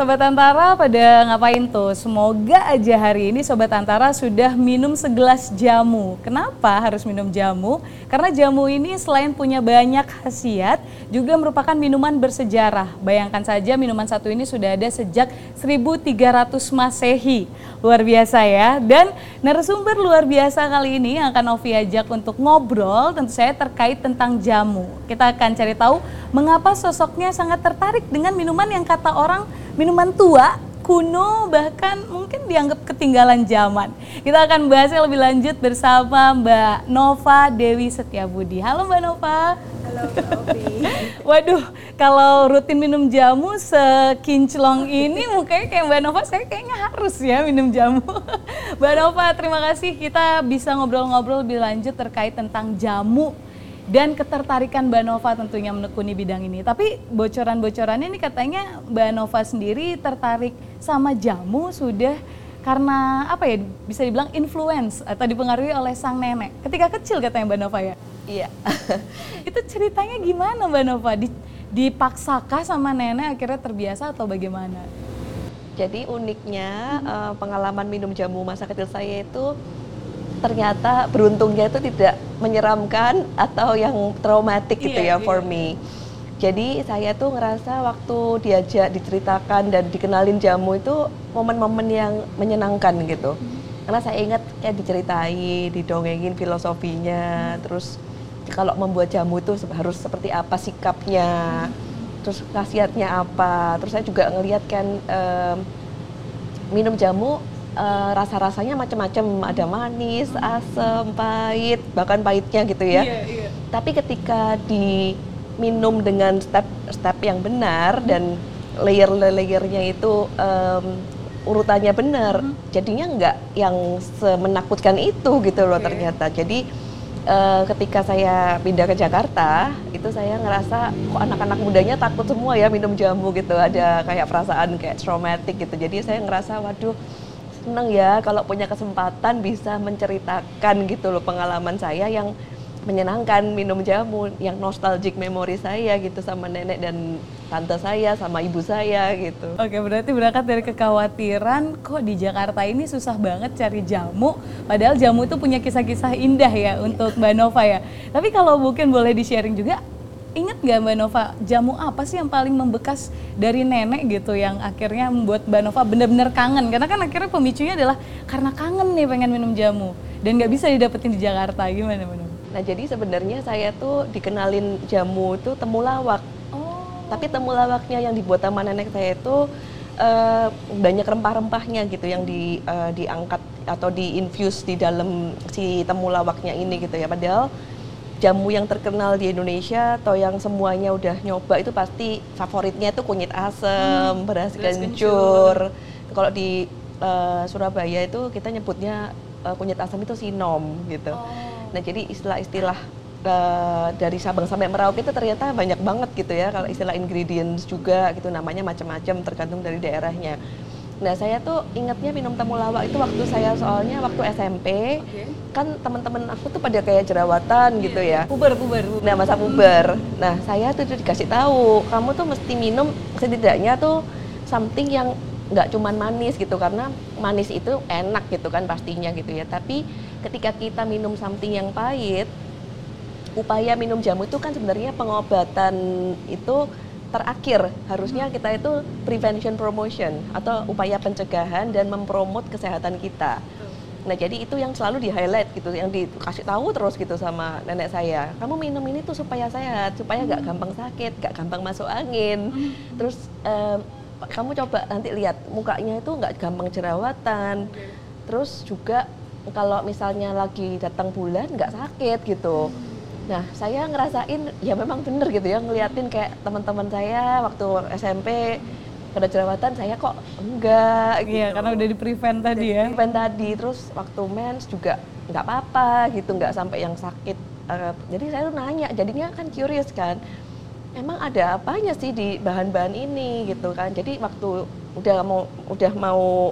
Sobat Antara pada ngapain tuh? Semoga aja hari ini Sobat Antara sudah minum segelas jamu. Kenapa harus minum jamu? Karena jamu ini selain punya banyak khasiat, juga merupakan minuman bersejarah. Bayangkan saja minuman satu ini sudah ada sejak 1300 Masehi. Luar biasa ya. Dan narasumber luar biasa kali ini yang akan Novi ajak untuk ngobrol tentu saya terkait tentang jamu. Kita akan cari tahu mengapa sosoknya sangat tertarik dengan minuman yang kata orang minuman tua, kuno, bahkan mungkin dianggap ketinggalan zaman. Kita akan bahasnya lebih lanjut bersama Mbak Nova Dewi Setiabudi. Halo Mbak Nova. Halo Mbak Ovi. Waduh, kalau rutin minum jamu sekinclong ini mukanya kayak Mbak Nova, saya kayaknya harus ya minum jamu. Mbak Nova, terima kasih kita bisa ngobrol-ngobrol lebih lanjut terkait tentang jamu dan ketertarikan Mbak Nova tentunya menekuni bidang ini. Tapi bocoran-bocorannya ini katanya Mbak Nova sendiri tertarik sama jamu sudah karena apa ya, bisa dibilang influence atau dipengaruhi oleh sang nenek. Ketika kecil katanya Mbak Nova ya? Iya. Itu ceritanya gimana Mbak Nova? Dipaksakah sama nenek akhirnya terbiasa atau bagaimana? Jadi uniknya pengalaman minum jamu masa kecil saya itu ternyata beruntungnya itu tidak menyeramkan atau yang traumatik gitu ya for me. Jadi saya tuh ngerasa waktu diajak diceritakan dan dikenalin jamu itu momen-momen yang menyenangkan gitu. Karena saya ingat kayak diceritain, didongengin filosofinya, terus kalau membuat jamu itu harus seperti apa sikapnya, terus khasiatnya apa. Terus saya juga ngelihat kan minum jamu rasa-rasanya macam-macam, ada manis, asam, pahit, bahkan pahitnya gitu ya. Tapi ketika diminum dengan step-step yang benar dan layer-layernya itu urutannya benar, jadinya nggak yang semenakutkan itu gitu loh ternyata. Jadi ketika saya pindah ke Jakarta, itu saya ngerasa kok anak-anak mudanya takut semua ya minum jamu gitu, ada kayak perasaan kayak traumatik gitu. Jadi saya ngerasa waduh, seneng ya kalau punya kesempatan bisa menceritakan gitu loh pengalaman saya yang menyenangkan minum jamu, yang nostalgic memori saya gitu sama nenek dan tante saya sama ibu saya gitu. Oke, berarti berangkat dari kekhawatiran kok di Jakarta ini susah banget cari jamu, padahal jamu itu punya kisah-kisah indah ya untuk Mbak Nova ya. Tapi kalau mungkin boleh di-sharing juga, ingat nggak Mbak Nova, jamu apa sih yang paling membekas dari nenek gitu yang akhirnya membuat Mbak Nova benar-benar kangen? Karena kan akhirnya pemicunya adalah karena kangen nih pengen minum jamu dan nggak bisa didapetin di Jakarta. Gimana Mbak Nova? Nah jadi sebenarnya saya tuh dikenalin jamu itu temulawak. Tapi temulawaknya yang dibuat sama nenek saya itu banyak rempah-rempahnya gitu yang diangkat atau diinfuse di dalam si temulawaknya ini gitu ya. Padahal jamu yang terkenal di Indonesia atau yang semuanya udah nyoba itu pasti favoritnya itu kunyit asem, beras kencur. Kalau di Surabaya itu kita nyebutnya kunyit asem itu sinom gitu. Nah jadi istilah-istilah dari Sabang sampai Merauke itu ternyata banyak banget gitu ya. Kalau istilah ingredients juga gitu namanya macam-macam tergantung dari daerahnya. Nah saya tuh ingatnya minum temulawak itu waktu saya soalnya waktu SMP kan teman-teman aku tuh pada kayak jerawatan gitu ya. Puber. Nah masa puber. Nah saya tuh dikasih tahu kamu tuh mesti minum setidaknya tuh something yang nggak cuman manis gitu karena manis itu enak gitu kan pastinya gitu ya. Tapi ketika kita minum something yang pahit, upaya minum jamu itu kan sebenarnya pengobatan itu terakhir, harusnya kita itu prevention promotion atau upaya pencegahan dan mempromot kesehatan kita. Nah jadi itu yang selalu di highlight gitu, yang dikasih tahu terus gitu sama nenek saya. Kamu minum ini tuh supaya sehat, supaya gak gampang sakit, gak gampang masuk angin. Terus kamu coba nanti lihat mukanya itu gak gampang jerawatan. Terus juga kalau misalnya lagi datang bulan gak sakit gitu. Nah, saya ngerasain ya memang bener gitu ya, ngeliatin kayak teman-teman saya waktu SMP pada jerawatan, saya kok enggak gitu. Iya, karena udah di-prevent tadi ya. Prevent tadi, terus waktu mens juga nggak apa-apa gitu, nggak sampai yang sakit. Jadi saya tuh nanya, jadinya kan curious kan, emang ada apanya sih di bahan-bahan ini gitu kan. Jadi waktu udah mau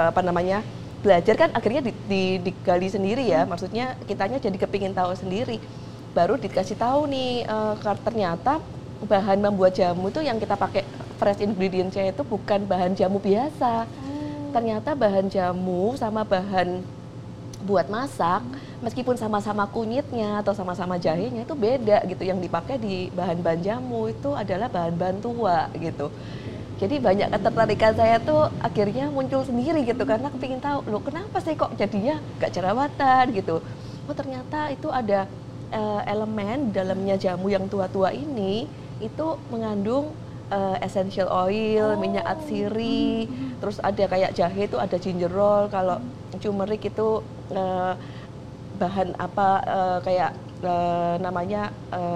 belajar kan akhirnya digali sendiri ya, maksudnya kitanya jadi kepingin tahu sendiri. Baru dikasih tahu nih ternyata bahan membuat jamu itu yang kita pakai fresh ingredients-nya itu bukan bahan jamu biasa. Ternyata bahan jamu sama bahan buat masak, meskipun sama-sama kunyitnya atau sama-sama jahenya itu beda gitu. Yang dipakai di bahan-bahan jamu itu adalah bahan-bahan tua gitu. Jadi banyak ketertarikan saya tuh akhirnya muncul sendiri gitu, karena kepingin tahu, loh kenapa sih kok jadinya gak jerawatan gitu. Oh ternyata itu ada elemen dalamnya jamu yang tua-tua ini itu mengandung essential oil, minyak atsiri, terus ada kayak jahe itu ada gingerol, kalau turmeric itu bahan apa kayak namanya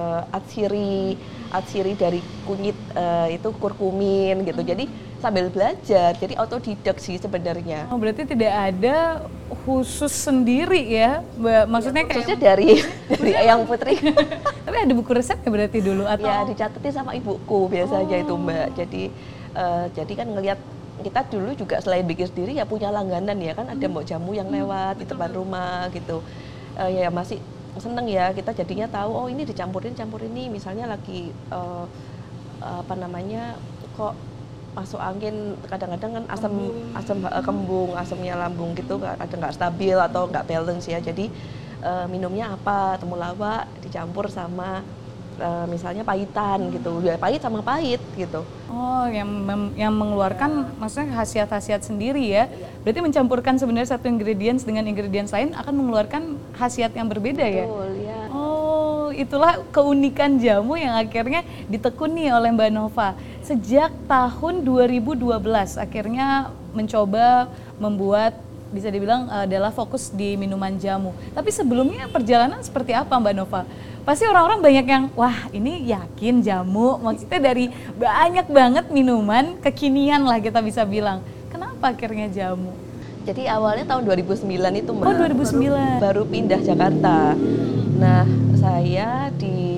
atsiri dari kunyit itu kurkumin gitu. Jadi sambil belajar, jadi otodidak sih sebenarnya. Oh, berarti tidak ada khusus sendiri ya, Mbak? Maksudnya ya, khususnya dari Ayang Putri. Tapi ada buku resepnya berarti dulu atau? Ya dicatetin sama ibuku biasanya itu Mbak. Jadi kan ngelihat kita dulu juga selain bikin sendiri ya punya langganan ya kan, ada mbok jamu yang lewat di depan rumah gitu. Ya masih seneng ya kita jadinya tahu oh ini campurin ini misalnya lagi apa namanya kok masuk angin, kadang-kadang kan asam kembung, asamnya lambung gitu ada nggak stabil atau nggak balance ya. Jadi minumnya apa, temulawak dicampur sama misalnya pahitan gitu, udah pahit sama pahit gitu. Oh, yang mengeluarkan maksudnya khasiat-khasiat sendiri ya. Berarti mencampurkan sebenarnya satu ingredients dengan ingredients lain akan mengeluarkan khasiat yang berbeda. Betul, ya. Oh, itulah keunikan jamu yang akhirnya ditekuni oleh Mbak Nova. Sejak tahun 2012 akhirnya mencoba membuat, bisa dibilang adalah fokus di minuman jamu. Tapi sebelumnya perjalanan seperti apa Mbak Nova? Pasti orang-orang banyak yang, wah ini yakin jamu, maksudnya dari banyak banget minuman kekinian lah kita bisa bilang. Kenapa akhirnya jamu? Jadi awalnya tahun 2009 itu Mbak. Oh 2009. Baru pindah Jakarta. Nah saya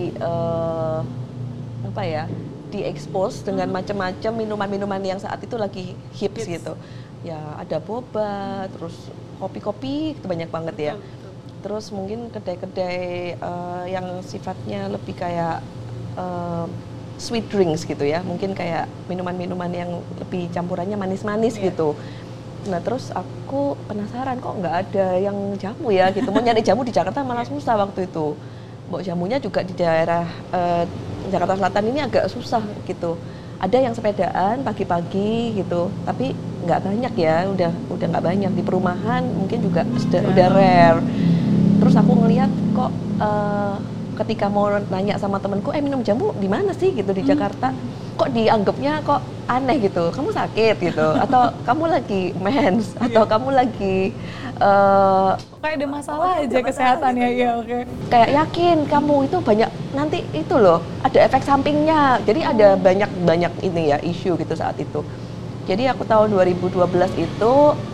diekspos dengan macam-macam minuman-minuman yang saat itu lagi hits gitu. Ya ada boba, terus kopi-kopi itu banyak banget ya. Terus mungkin kedai-kedai yang sifatnya lebih kayak sweet drinks gitu ya, mungkin kayak minuman-minuman yang lebih campurannya manis-manis gitu. Nah terus aku penasaran kok nggak ada yang jamu ya gitu, mau nyari jamu di Jakarta malah susah waktu itu. Mbok jamunya juga di daerah Jakarta Selatan ini agak susah gitu. Ada yang sepedaan pagi-pagi gitu, tapi nggak banyak ya, udah nggak banyak. Di perumahan mungkin juga udah rare. Terus aku ngelihat kok ketika mau nanya sama temanku, minum jamu di mana sih gitu di Jakarta, kok dianggapnya kok aneh gitu, kamu sakit gitu, atau kamu lagi mens, atau kamu lagi kayak ada masalah aja kesehatannya ya, oke. Kayak yakin kamu itu banyak nanti itu loh, ada efek sampingnya, jadi ada banyak ini ya isu gitu saat itu. Jadi aku tahun 2012 itu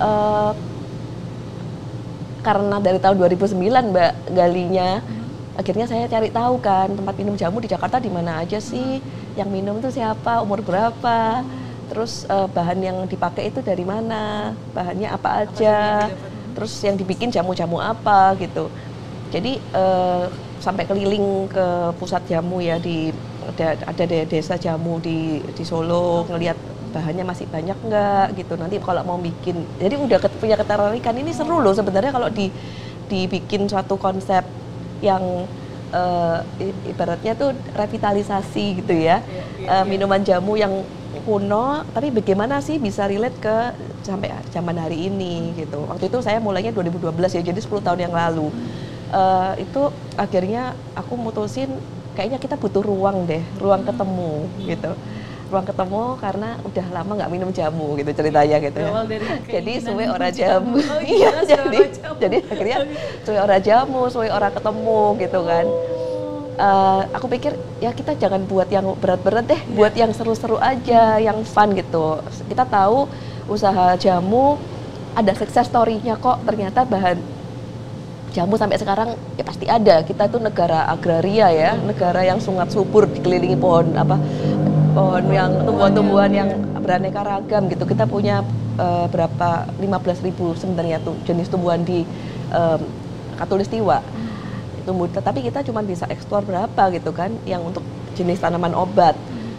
karena dari tahun 2009 Mbak galinya, akhirnya saya cari tahu kan tempat minum jamu di Jakarta di mana aja sih, yang minum tuh siapa, umur berapa, terus bahan yang dipakai itu dari mana, bahannya apa aja, terus yang dibikin jamu-jamu apa gitu. Jadi sampai keliling ke pusat jamu ya, ada desa jamu di Solo, ngelihat bahannya masih banyak nggak gitu, nanti kalau mau bikin, jadi udah punya ketertarikan. Ini seru loh sebenarnya kalau dibikin suatu konsep yang ibaratnya tuh revitalisasi gitu ya, minuman jamu yang kuno, tapi bagaimana sih bisa relate ke sampai zaman hari ini gitu. Waktu itu saya mulainya 2012 ya, jadi 10 tahun yang lalu. Itu akhirnya aku mutusin kayaknya kita butuh ruang ketemu gitu. Ruang ketemu karena udah lama nggak minum jamu gitu ceritanya gitu ya. Jadi suwe ora jamu. Oh, iya, jadi akhirnya suwe ora jamu, suwe ora ketemu gitu kan. Aku pikir ya kita jangan buat yang berat-berat deh, buat yang seru-seru aja, yang fun gitu. Kita tahu usaha jamu ada success story-nya kok, ternyata bahan jamu sampai sekarang ya pasti ada. Kita tuh negara agraria ya, negara yang sangat subur dikelilingi pohon yang tumbuhan-tumbuhan yang beraneka ragam gitu. Kita punya berapa 15.000 sebenarnya tuh jenis tumbuhan di Katulistiwa. Tapi kita cuma bisa eksplor berapa gitu kan yang untuk jenis tanaman obat.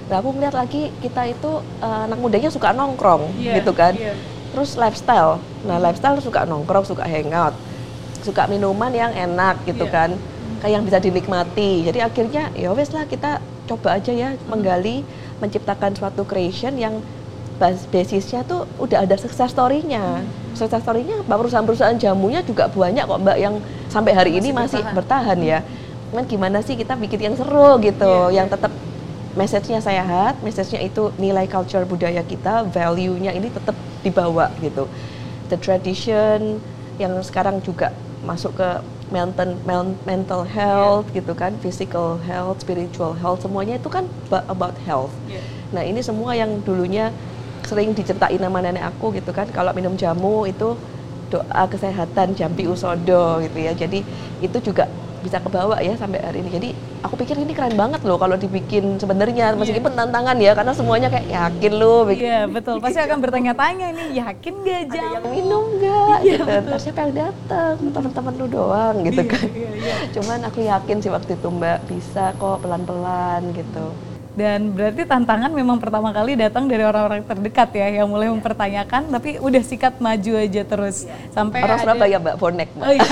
Nah aku ngeliat lagi kita itu anak mudanya suka nongkrong gitu kan. Terus lifestyle, nah lifestyle suka nongkrong, suka hangout, suka minuman yang enak gitu kan, kayak yang bisa dinikmati. Jadi akhirnya ya wes lah kita coba aja ya menggali, menciptakan suatu creation yang basisnya tuh udah ada success story-nya. Success story-nya perusahaan-perusahaan jamunya juga banyak kok Mbak yang sampai hari ini masih bertahan ya. Cuman gimana sih kita bikin yang seru gitu, yang tetap message-nya sehat, message-nya itu nilai culture budaya kita, value-nya ini tetap dibawa gitu. The tradition yang sekarang juga masuk ke mental health gitu kan, physical health, spiritual health, semuanya itu kan about health. Nah ini semua yang dulunya sering diceritain sama nenek aku gitu kan, kalau minum jamu itu doa kesehatan jampi usodo gitu ya. Jadi itu juga bisa kebawa ya sampai hari ini. Jadi aku pikir ini keren banget loh kalau dibikin sebenarnya, meskipun tantangan ya, karena semuanya kayak yakin loh. Iya betul, pasti akan bertanya-tanya ini yakin gak jamu? Ada yang minum gak? Gitu. Terus siapa yang datang? Teman-teman lu doang gitu kan. Cuman aku yakin sih waktu itu Mbak, bisa kok pelan-pelan gitu. Dan berarti tantangan memang pertama kali datang dari orang-orang terdekat ya, yang mulai mempertanyakan, tapi udah sikat maju aja terus. Sampai orang Surabaya Mbak, bonek Mbak. Oh, iya.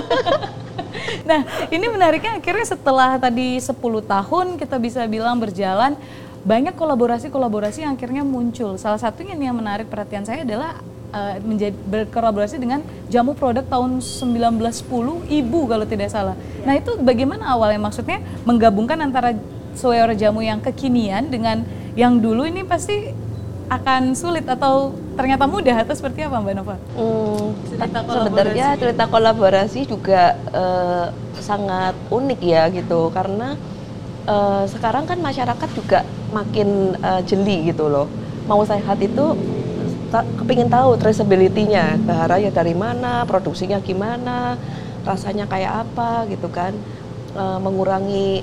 Nah ini menariknya akhirnya setelah tadi 10 tahun kita bisa bilang berjalan, banyak kolaborasi-kolaborasi yang akhirnya muncul. Salah satunya yang menarik perhatian saya adalah berkolaborasi dengan jamu produk tahun 1910 Ibu kalau tidak salah. Nah itu bagaimana awalnya, maksudnya menggabungkan antara selera jamu yang kekinian dengan yang dulu, ini pasti akan sulit atau ternyata mudah atau seperti apa Mbak Nova? Sebenarnya cerita kolaborasi juga sangat unik ya gitu, karena sekarang kan masyarakat juga makin jeli gitu loh. Mau sehat itu kepingin tahu traceability-nya, bahannya dari mana, produksinya gimana, rasanya kayak apa gitu kan. Mengurangi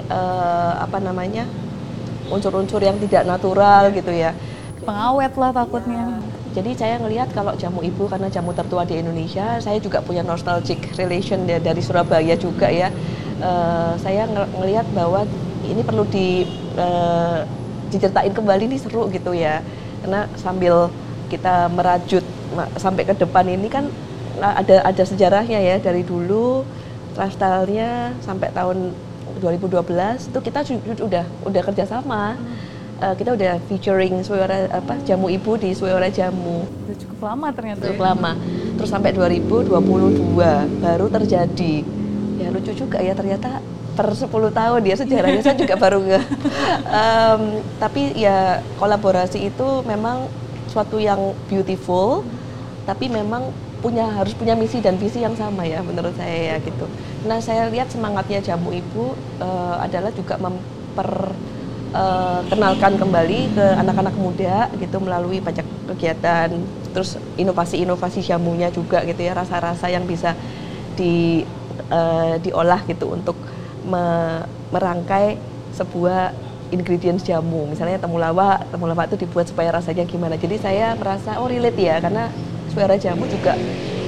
unsur-unsur yang tidak natural gitu ya. Pengawet lah takutnya. Jadi saya ngelihat kalau jamu Ibu, karena jamu tertua di Indonesia, saya juga punya nostalgic relation dari Surabaya juga ya. Saya ngelihat bahwa ini perlu diceritain kembali, nih seru gitu ya. Karena sambil kita merajut sampai ke depan ini kan ada sejarahnya ya, dari dulu lifestyle-nya sampai tahun 2012 itu kita udah kerjasama. Kita udah featuring jamu Ibu di Suewara Jamu. Udah cukup lama ternyata. Cukup lama. Terus sampai 2022 baru terjadi. Ya lucu juga ya, ternyata per 10 tahun ya sejarahnya saya juga baru nggak. Tapi ya kolaborasi itu memang suatu yang beautiful, tapi memang harus punya misi dan visi yang sama ya menurut saya ya gitu. Nah saya lihat semangatnya jamu Ibu adalah juga kenalkan kembali ke anak-anak muda gitu melalui banyak kegiatan, terus inovasi-inovasi jamunya juga gitu ya, rasa-rasa yang bisa diolah gitu untuk merangkai sebuah ingredients jamu. Misalnya temulawak itu dibuat supaya rasanya gimana. Jadi saya merasa relate ya, karena Suewara Jamu juga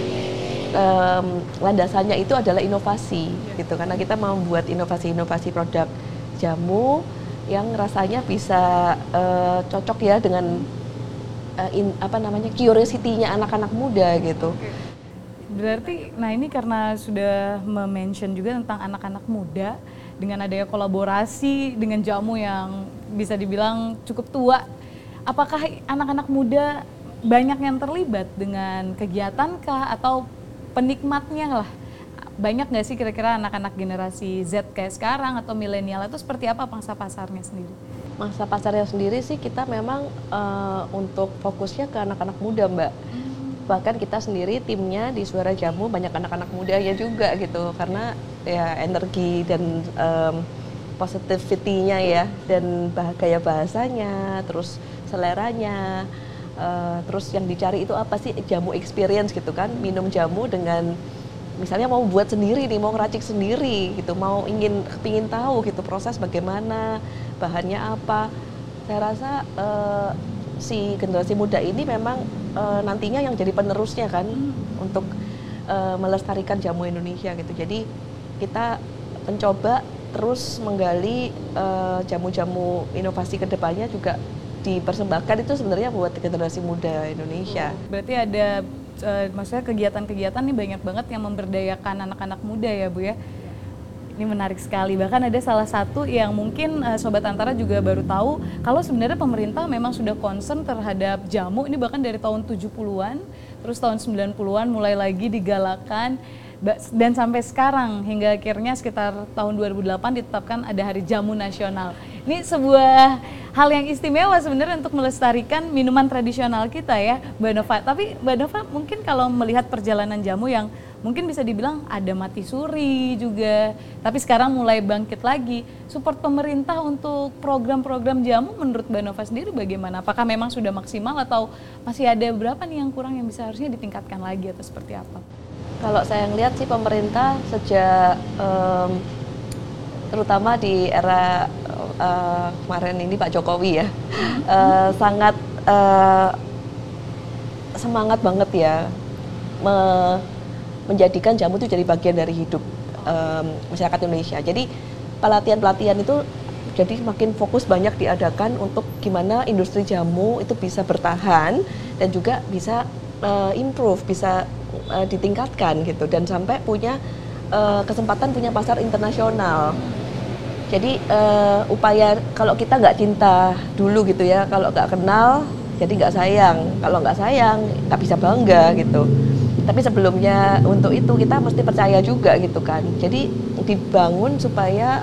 landasannya itu adalah inovasi gitu, karena kita mau membuat inovasi-inovasi produk jamu yang rasanya bisa cocok ya dengan curiosity-nya anak-anak muda gitu. Berarti, nah ini karena sudah mention juga tentang anak-anak muda, dengan adanya kolaborasi dengan jamu yang bisa dibilang cukup tua, apakah anak-anak muda banyak yang terlibat dengan kegiatan kah atau penikmatnya lah? Banyak nggak sih kira-kira anak-anak generasi Z kayak sekarang atau milenial itu seperti apa pangsa pasarnya sendiri? Mangsa pasarnya sendiri sih kita memang untuk fokusnya ke anak-anak muda Mbak. Bahkan kita sendiri timnya di Suewara Jamu banyak anak-anak muda ya juga gitu, karena ya energi dan positivity-nya ya, dan gaya bahasanya, terus seleranya, terus yang dicari itu apa sih, jamu experience gitu kan, minum jamu dengan misalnya mau buat sendiri nih, mau ngeracik sendiri gitu, kepingin tahu gitu proses bagaimana, bahannya apa. Saya rasa si generasi muda ini memang nantinya yang jadi penerusnya kan untuk melestarikan jamu Indonesia gitu. Jadi kita mencoba terus menggali jamu-jamu inovasi kedepannya juga dipersembahkan itu sebenarnya buat generasi muda Indonesia. Berarti ada maksudnya kegiatan-kegiatan nih banyak banget yang memberdayakan anak-anak muda ya Bu ya. Ini menarik sekali, bahkan ada salah satu yang mungkin Sobat Antara juga baru tahu kalau sebenarnya pemerintah memang sudah concern terhadap jamu ini bahkan dari tahun 70-an, terus tahun 90-an mulai lagi digalakan dan sampai sekarang hingga akhirnya sekitar tahun 2008 ditetapkan ada Hari Jamu Nasional. Ini sebuah hal yang istimewa sebenarnya untuk melestarikan minuman tradisional kita ya Mbak Nova. Tapi Mbak Nova mungkin kalau melihat perjalanan jamu yang mungkin bisa dibilang ada mati suri juga, tapi sekarang mulai bangkit lagi. Support pemerintah untuk program-program jamu menurut Mbak Nova sendiri bagaimana? Apakah memang sudah maksimal atau masih ada berapa nih yang kurang yang bisa harusnya ditingkatkan lagi atau seperti apa? Kalau saya ngelihat sih pemerintah sejak terutama di era kemarin ini Pak Jokowi ya sangat semangat banget ya menjadikan jamu itu jadi bagian dari hidup masyarakat Indonesia. Jadi pelatihan-pelatihan itu jadi makin fokus banyak diadakan untuk gimana industri jamu itu bisa bertahan dan juga bisa improve, bisa ditingkatkan gitu dan sampai punya kesempatan punya pasar internasional. Jadi upaya kalau kita nggak cinta dulu gitu ya, kalau nggak kenal jadi nggak sayang, kalau nggak sayang nggak bisa bangga gitu. Tapi sebelumnya untuk itu kita mesti percaya juga gitu kan. Jadi dibangun supaya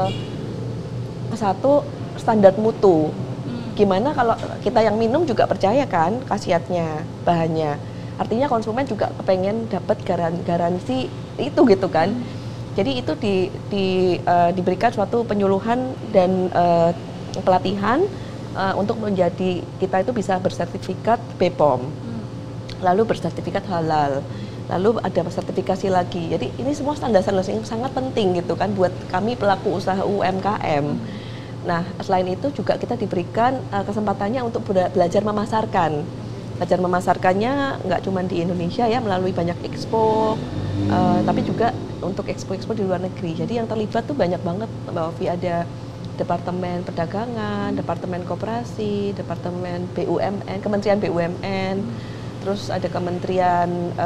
satu standar mutu. Gimana kalau kita yang minum juga percaya kan khasiatnya, bahannya. Artinya konsumen juga kepengen dapat garansi itu gitu kan. Jadi itu diberikan suatu penyuluhan dan pelatihan untuk menjadi kita itu bisa bersertifikat BPOM. Lalu bersertifikat halal, lalu ada sertifikasi lagi. Jadi ini semua standar-standar yang sangat penting gitu kan buat kami pelaku usaha UMKM. Nah selain itu juga kita diberikan kesempatannya untuk belajar memasarkan. Belajar memasarkannya nggak cuma di Indonesia ya melalui banyak expo, tapi juga untuk expo-expo di luar negeri. Jadi yang terlibat tuh banyak banget Mbak Ovi, ada Departemen Perdagangan, Departemen Koperasi, Departemen BUMN, Kementerian BUMN, terus ada Kementerian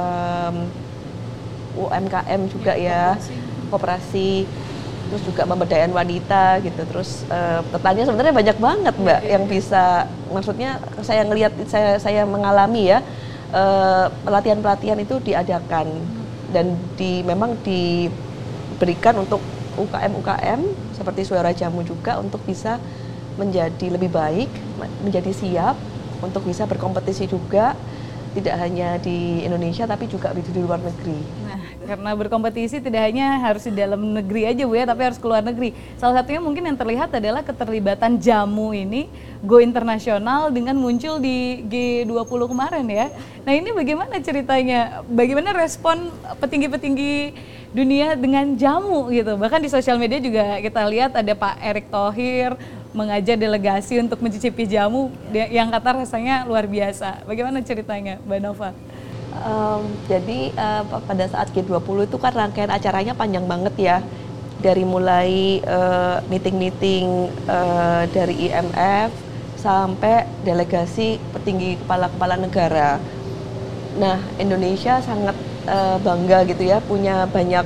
UMKM juga ya, koperasi, terus juga pemberdayaan wanita gitu. Terus pertanyaan sebenarnya banyak banget Mbak yang bisa, maksudnya saya ngelihat, saya mengalami ya pelatihan-pelatihan itu diadakan dan memang diberikan untuk UKM-UKM seperti Suara Jamu juga untuk bisa menjadi lebih baik, menjadi siap untuk bisa berkompetisi juga. Tidak hanya di Indonesia tapi juga di luar negeri. Nah, karena berkompetisi tidak hanya harus di dalam negeri aja Bu ya, tapi harus keluar negeri. Salah satunya mungkin yang terlihat adalah keterlibatan jamu ini go internasional dengan muncul di G20 kemarin ya. Nah ini bagaimana ceritanya? Bagaimana respon petinggi-petinggi dunia dengan jamu gitu? Bahkan di sosial media juga kita lihat ada Pak Erick Thohir mengajak delegasi untuk mencicipi jamu yang kata rasanya luar biasa. Bagaimana ceritanya, Mbak Nova? Jadi pada saat G20 itu kan rangkaian acaranya panjang banget ya. Dari mulai meeting-meeting dari IMF sampai delegasi petinggi kepala-kepala negara. Nah, Indonesia sangat bangga gitu ya, punya banyak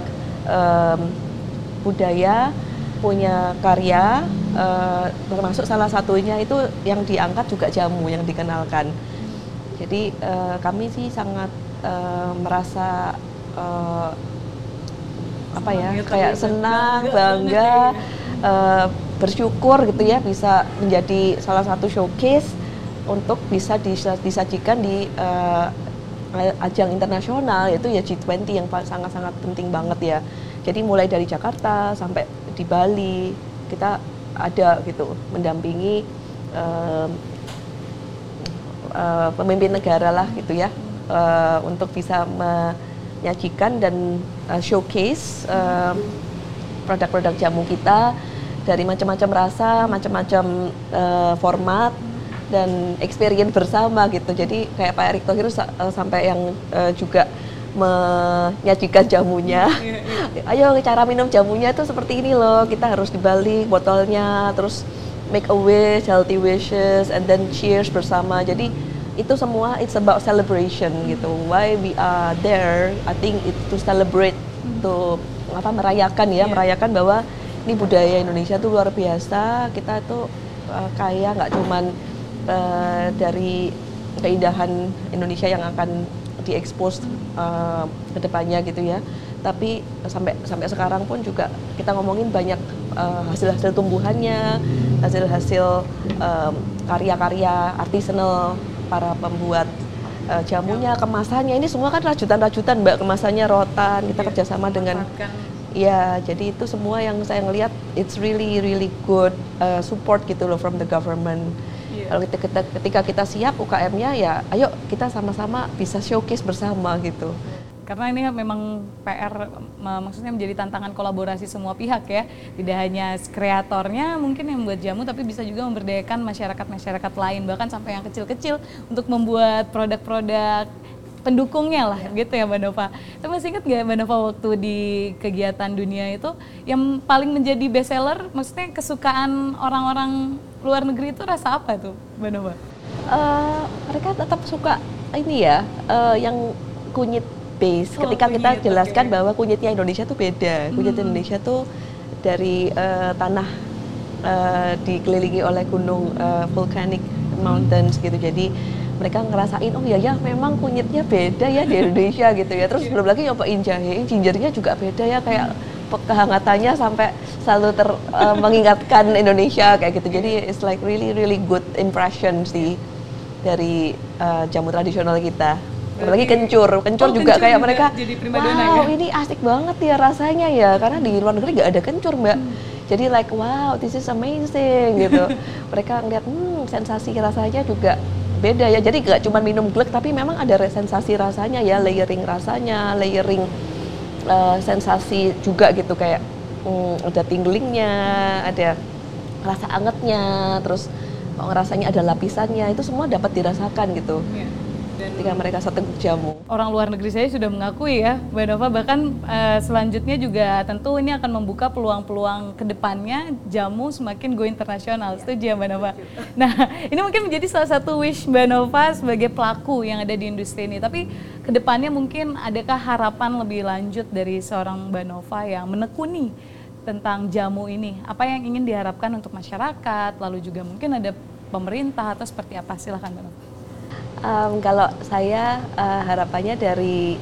budaya, punya karya, termasuk salah satunya itu yang diangkat juga jamu yang dikenalkan. Jadi kami sih sangat merasa apa ya, kayak senang, bangga, bersyukur gitu ya bisa menjadi salah satu showcase untuk bisa disajikan di ajang internasional, yaitu ya G20 yang sangat-sangat penting banget ya. Jadi mulai dari Jakarta sampai di Bali kita ada gitu mendampingi pemimpin negara lah gitu ya, untuk bisa menyajikan dan showcase produk-produk jamu kita dari macam-macam rasa, macam-macam format dan experience bersama gitu. Jadi kayak Pak Erick Thohir sampai yang juga menyajikan jamunya. Ayo cara minum jamunya tuh seperti ini loh, kita harus dibalik botolnya, terus make a wish, healthy wishes, and then cheers bersama. Jadi itu semua it's about celebration gitu. Why we are there, I think it's to celebrate, to merayakan ya, merayakan bahwa ini budaya Indonesia tuh luar biasa. Kita tuh kaya nggak cuman dari keindahan Indonesia yang akan diekspos ke depannya gitu ya. Tapi sampai sekarang pun juga kita ngomongin banyak hasil-hasil tumbuhannya, hasil-hasil karya-karya artisanal para pembuat jamunya, kemasannya. Ini semua kan rajutan-rajutan Mbak, kemasannya rotan. Kita kerjasama dengan ya, jadi itu semua yang saya ngelihat it's really really good support gitu loh from the government. Kalau ketika kita siap UKM-nya ya ayo kita sama-sama bisa showcase bersama gitu. Karena ini memang PR, maksudnya menjadi tantangan kolaborasi semua pihak ya. Tidak hanya kreatornya mungkin yang membuat jamu, tapi bisa juga memberdayakan masyarakat-masyarakat lain, bahkan sampai yang kecil-kecil untuk membuat produk-produk pendukungnya lah gitu ya Mbak Nova. Tapi masih ingat nggak Mbak Nova waktu di kegiatan dunia itu yang paling menjadi best seller, maksudnya kesukaan orang-orang luar negeri itu rasa apa tuh Mbak Nova? Mereka tetap suka ini ya, yang kunyit base. Ketika kita jelaskan bahwa kunyitnya Indonesia tuh beda. Kunyit Indonesia tuh dari tanah dikelilingi oleh gunung volcanic mountains gitu. Jadi mereka ngerasain oh ya memang kunyitnya beda ya di Indonesia gitu ya. Terus belum lagi nyobain jahe, gingernya juga beda ya, kayak kehangatannya sampai selalu mengingatkan Indonesia kayak gitu. Jadi it's like really really good impression sih dari jamu tradisional kita. Apalagi kencur juga kayak mereka wow ya? Ini asik banget ya rasanya ya, karena di luar negeri nggak ada kencur Mbak. Jadi like wow this is amazing gitu. Mereka ngeliat sensasi rasanya juga beda ya, jadi nggak cuma minum glek tapi memang ada sensasi rasanya ya, layering rasanya, layering sensasi juga gitu, kayak ada tinglingnya, ada rasa angetnya, terus rasanya ada lapisannya, itu semua dapat dirasakan gitu. Ketika mereka seteguk jamu. Orang luar negeri saya sudah mengakui ya Mbak Nova, bahkan selanjutnya juga tentu ini akan membuka peluang-peluang kedepannya jamu semakin go internasional. Setuju ya Mbak Nova? Nah ini mungkin menjadi salah satu wish Mbak Nova sebagai pelaku yang ada di industri ini, tapi kedepannya mungkin adakah harapan lebih lanjut dari seorang Mbak Nova yang menekuni tentang jamu ini? Apa yang ingin diharapkan untuk masyarakat, lalu juga mungkin ada pemerintah atau seperti apa? Silahkan Mbak Nova. Kalau saya harapannya dari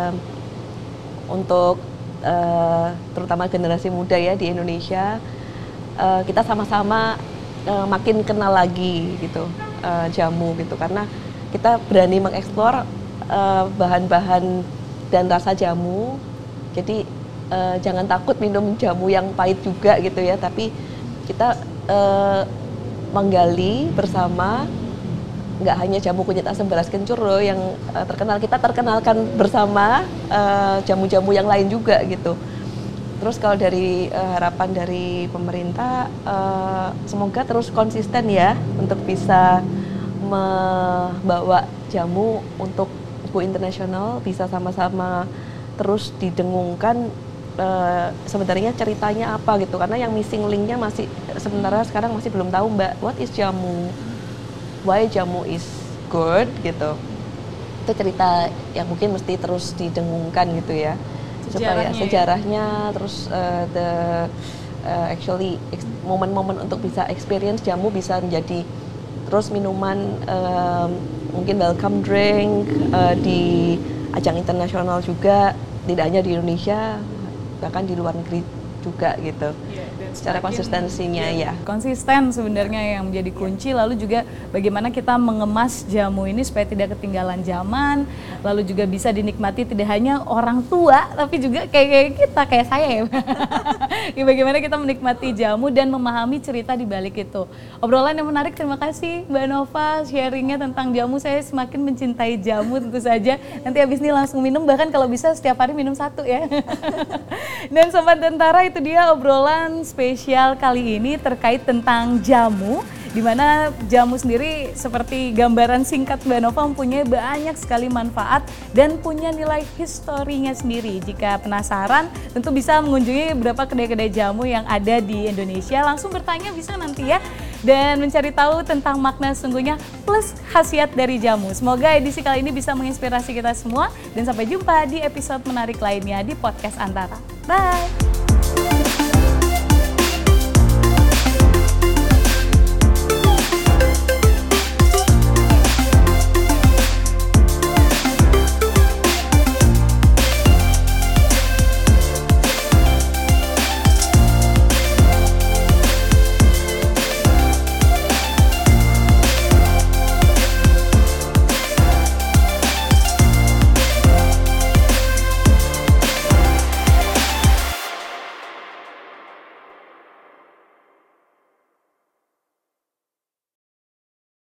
untuk terutama generasi muda ya di Indonesia, kita sama-sama makin kenal lagi gitu jamu gitu, karena kita berani mengeksplor bahan-bahan dan rasa jamu. Jadi jangan takut minum jamu yang pahit juga gitu ya, tapi kita menggali bersama. Nggak hanya jamu kunyit asam beras kencur loh yang terkenal, kita terkenalkan bersama jamu-jamu yang lain juga gitu. Terus kalau dari harapan dari pemerintah, semoga terus konsisten ya untuk bisa membawa jamu untuk go internasional, bisa sama-sama terus didengungkan sebenarnya ceritanya apa gitu, karena yang missing linknya masih sementara sekarang masih belum tahu Mbak, what is jamu? Why jamu is good gitu. Itu cerita yang mungkin mesti terus didengungkan gitu ya, supaya sejarahnya terus actually momen-momen untuk bisa experience jamu bisa menjadi terus minuman, mungkin welcome drink di ajang internasional juga, tidak hanya di Indonesia bahkan di luar negeri juga gitu. Secara konsistensinya ya. Konsisten sebenarnya yang menjadi kunci, lalu juga bagaimana kita mengemas jamu ini supaya tidak ketinggalan zaman, lalu juga bisa dinikmati tidak hanya orang tua tapi juga kayak kita, kayak saya ya. Bagaimana kita menikmati jamu dan memahami cerita di balik itu. Obrolan yang menarik, terima kasih Mbak Nova sharingnya tentang jamu. Saya semakin mencintai jamu tentu saja. Nanti habis ini langsung minum, bahkan kalau bisa setiap hari minum 1 ya. Dan Sobat Tentara, itu dia obrolan spesial kali ini terkait tentang jamu Dimana jamu sendiri seperti gambaran singkat Mbak Nova mempunyai banyak sekali manfaat dan punya nilai historinya sendiri. Jika penasaran tentu bisa mengunjungi beberapa kedai-kedai jamu yang ada di Indonesia, langsung bertanya bisa nanti ya, dan mencari tahu tentang makna sungguhnya plus khasiat dari jamu. Semoga edisi kali ini bisa menginspirasi kita semua dan sampai jumpa di episode menarik lainnya di podcast Antara. Bye!